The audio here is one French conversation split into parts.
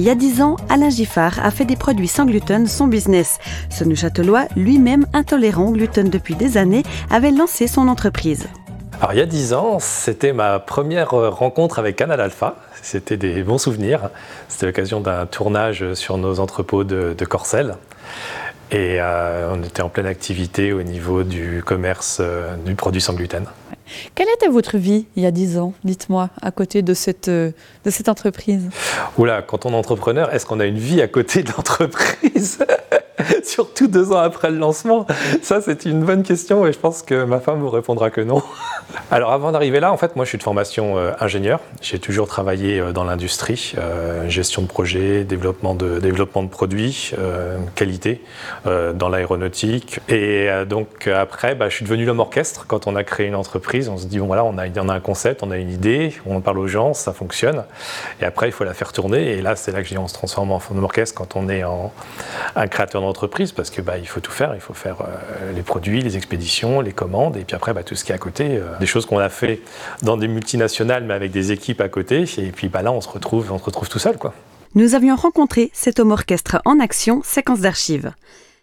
Il y a 10 ans, Alain Giffard a fait des produits sans gluten son business. Ce Neuchâtelois, lui-même intolérant au gluten depuis des années, avait lancé son entreprise. Alors il y a 10 ans, c'était ma première rencontre avec Canal Alpha. C'était des bons souvenirs. C'était l'occasion d'un tournage sur nos entrepôts de Corcelles. Et on était en pleine activité au niveau du commerce du produit sans gluten. Quelle était votre vie il y a 10 ans, dites-moi, à côté de cette entreprise? Oula, quand on est entrepreneur, est-ce qu'on a une vie à côté de l'entreprise? Surtout 2 ans après le lancement. Ça, c'est une bonne question et je pense que ma femme vous répondra que non. Alors, avant d'arriver là, en fait, moi, je suis de formation ingénieur. J'ai toujours travaillé dans l'industrie, gestion de projet, développement de produits, qualité dans l'aéronautique. Et donc, après, je suis devenu l'homme orchestre. Quand on a créé une entreprise, on se dit, bon, voilà, on a un concept, on a une idée, on parle aux gens, ça fonctionne. Et après, il faut la faire tourner. Et là, c'est là que je dis, on se transforme en homme orchestre quand on est un créateur d'entreprise parce que il faut tout faire, il faut faire les produits, les expéditions, les commandes et puis après tout ce qui est à côté, des choses qu'on a fait dans des multinationales mais avec des équipes à côté et puis là on se retrouve tout seul quoi. Nous avions rencontré cet homme orchestre en action, séquence d'archives.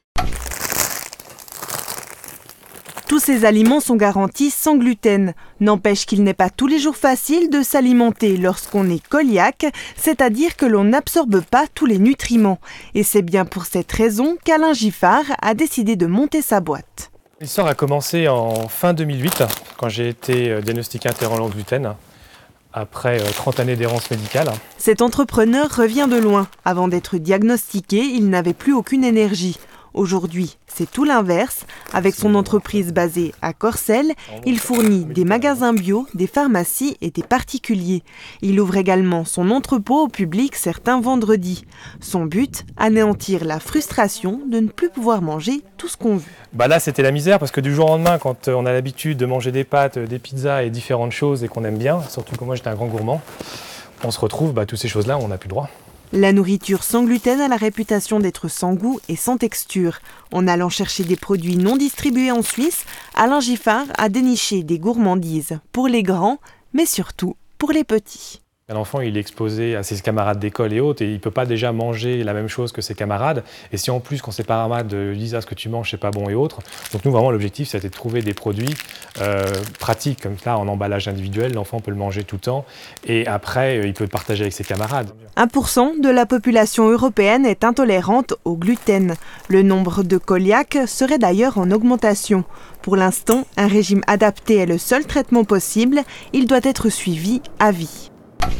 Tous ces aliments sont garantis sans gluten. N'empêche qu'il n'est pas tous les jours facile de s'alimenter lorsqu'on est cœliaque, c'est-à-dire que l'on n'absorbe pas tous les nutriments. Et c'est bien pour cette raison qu'Alain Giffard a décidé de monter sa boîte. L'histoire a commencé en fin 2008, quand j'ai été diagnostiqué intolérant au gluten, après 30 années d'errance médicale. Cet entrepreneur revient de loin. Avant d'être diagnostiqué, il n'avait plus aucune énergie. Aujourd'hui, c'est tout l'inverse. Avec son entreprise basée à Corcelles, il fournit des magasins bio, des pharmacies et des particuliers. Il ouvre également son entrepôt au public certains vendredis. Son but, anéantir la frustration de ne plus pouvoir manger tout ce qu'on veut. Là, c'était la misère parce que du jour au lendemain, quand on a l'habitude de manger des pâtes, des pizzas et différentes choses et qu'on aime bien, surtout que moi j'étais un grand gourmand, on se retrouve, toutes ces choses-là, on n'a plus le droit. La nourriture sans gluten a la réputation d'être sans goût et sans texture. En allant chercher des produits non distribués en Suisse, Alain Giffard a déniché des gourmandises pour les grands, mais surtout pour les petits. L'enfant, il est exposé à ses camarades d'école et autres, et il ne peut pas déjà manger la même chose que ses camarades. Et si en plus, quand ses camarades disent « ce que tu manges, c'est pas bon » et autres. Donc nous, vraiment, l'objectif, c'était de trouver des produits pratiques, comme ça, en emballage individuel. L'enfant peut le manger tout le temps, et après, il peut le partager avec ses camarades. 1% de la population européenne est intolérante au gluten. Le nombre de cœliaques serait d'ailleurs en augmentation. Pour l'instant, un régime adapté est le seul traitement possible. Il doit être suivi à vie.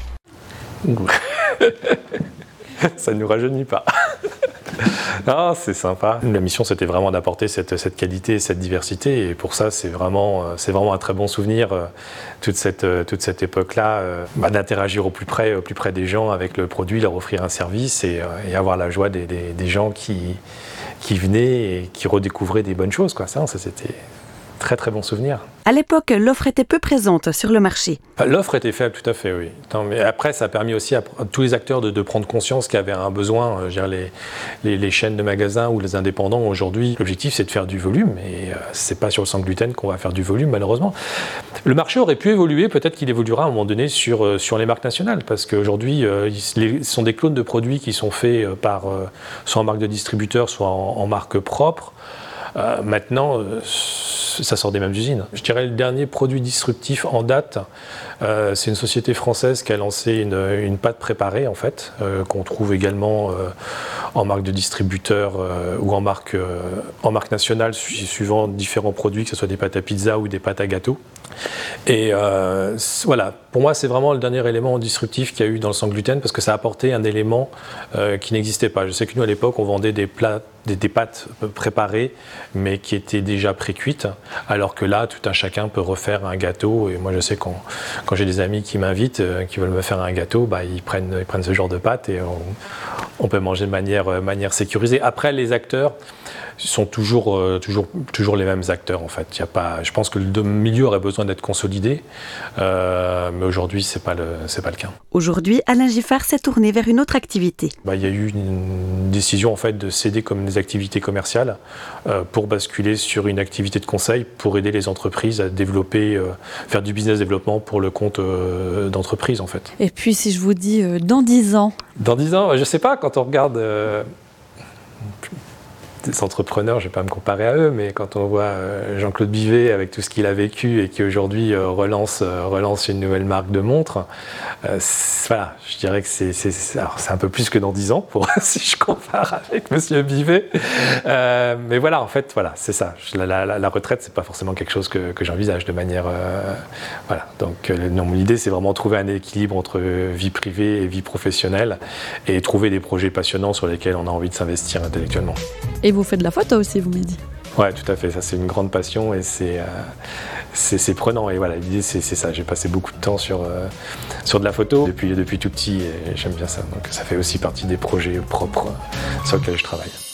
Ça ne nous rajeunit pas. Non, c'est sympa. La mission, c'était vraiment d'apporter cette qualité, cette diversité. Et pour ça, c'est vraiment un très bon souvenir, toute cette époque-là, d'interagir au plus près des gens avec le produit, leur offrir un service et avoir la joie des gens qui venaient et qui redécouvraient des bonnes choses, quoi. Ça c'était très très bon souvenir. À l'époque, l'offre était peu présente sur le marché. L'offre était faible, tout à fait, oui. Mais après, ça a permis aussi à tous les acteurs de prendre conscience qu'il y avait un besoin. Les chaînes de magasins ou les indépendants, aujourd'hui, l'objectif, c'est de faire du volume. Et c'est pas sur le sans gluten qu'on va faire du volume, malheureusement. Le marché aurait pu évoluer, peut-être qu'il évoluera à un moment donné sur les marques nationales. Parce qu'aujourd'hui, ce sont des clones de produits qui sont faits soit en marque de distributeur, soit en marque propre. Maintenant, ça sort des mêmes usines. Je dirais le dernier produit disruptif en date, c'est une société française qui a lancé une pâte préparée en fait, qu'on trouve également en marque de distributeur ou en marque nationale, suivant différents produits, que ce soit des pâtes à pizza ou des pâtes à gâteau. Et voilà, pour moi c'est vraiment le dernier élément disruptif qu'il y a eu dans le sans gluten parce que ça a apporté un élément qui n'existait pas. Je sais que nous à l'époque on vendait des pâtes préparées mais qui étaient déjà pré-cuites, alors que là tout un chacun peut refaire un gâteau. Et moi je sais quand j'ai des amis qui m'invitent, qui veulent me faire un gâteau, ils prennent ce genre de pâtes et on peut manger de manière sécurisée. Après les acteurs, sont toujours les mêmes acteurs en fait. Il y a pas, je pense que le milieu aurait besoin d'être consolidé, mais aujourd'hui c'est pas le cas. Aujourd'hui, Alain Giffard s'est tourné vers une autre activité. Il y a eu une décision en fait de céder comme des activités commerciales pour basculer sur une activité de conseil pour aider les entreprises à développer, faire du business développement pour le compte d'entreprise en fait. Et puis si je vous dis dans 10 ans? Dans 10 ans, je sais pas, quand on regarde des entrepreneurs, je ne vais pas me comparer à eux, mais quand on voit Jean-Claude Bivet avec tout ce qu'il a vécu et qui aujourd'hui relance une nouvelle marque de montres, voilà, je dirais que c'est un peu plus que dans 10 ans, si je compare avec Monsieur Bivet. Mais voilà, en fait, voilà, c'est ça. La retraite, c'est pas forcément quelque chose que j'envisage de manière... voilà. Donc, non, l'idée, c'est vraiment trouver un équilibre entre vie privée et vie professionnelle et trouver des projets passionnants sur lesquels on a envie de s'investir intellectuellement. Et vous faites de la photo aussi, vous m'avez dit. Ouais, tout à fait. Ça, c'est une grande passion et c'est prenant. Et voilà, l'idée, c'est ça. J'ai passé beaucoup de temps sur de la photo depuis tout petit et j'aime bien ça. Donc, ça fait aussi partie des projets propres sur lesquels je travaille.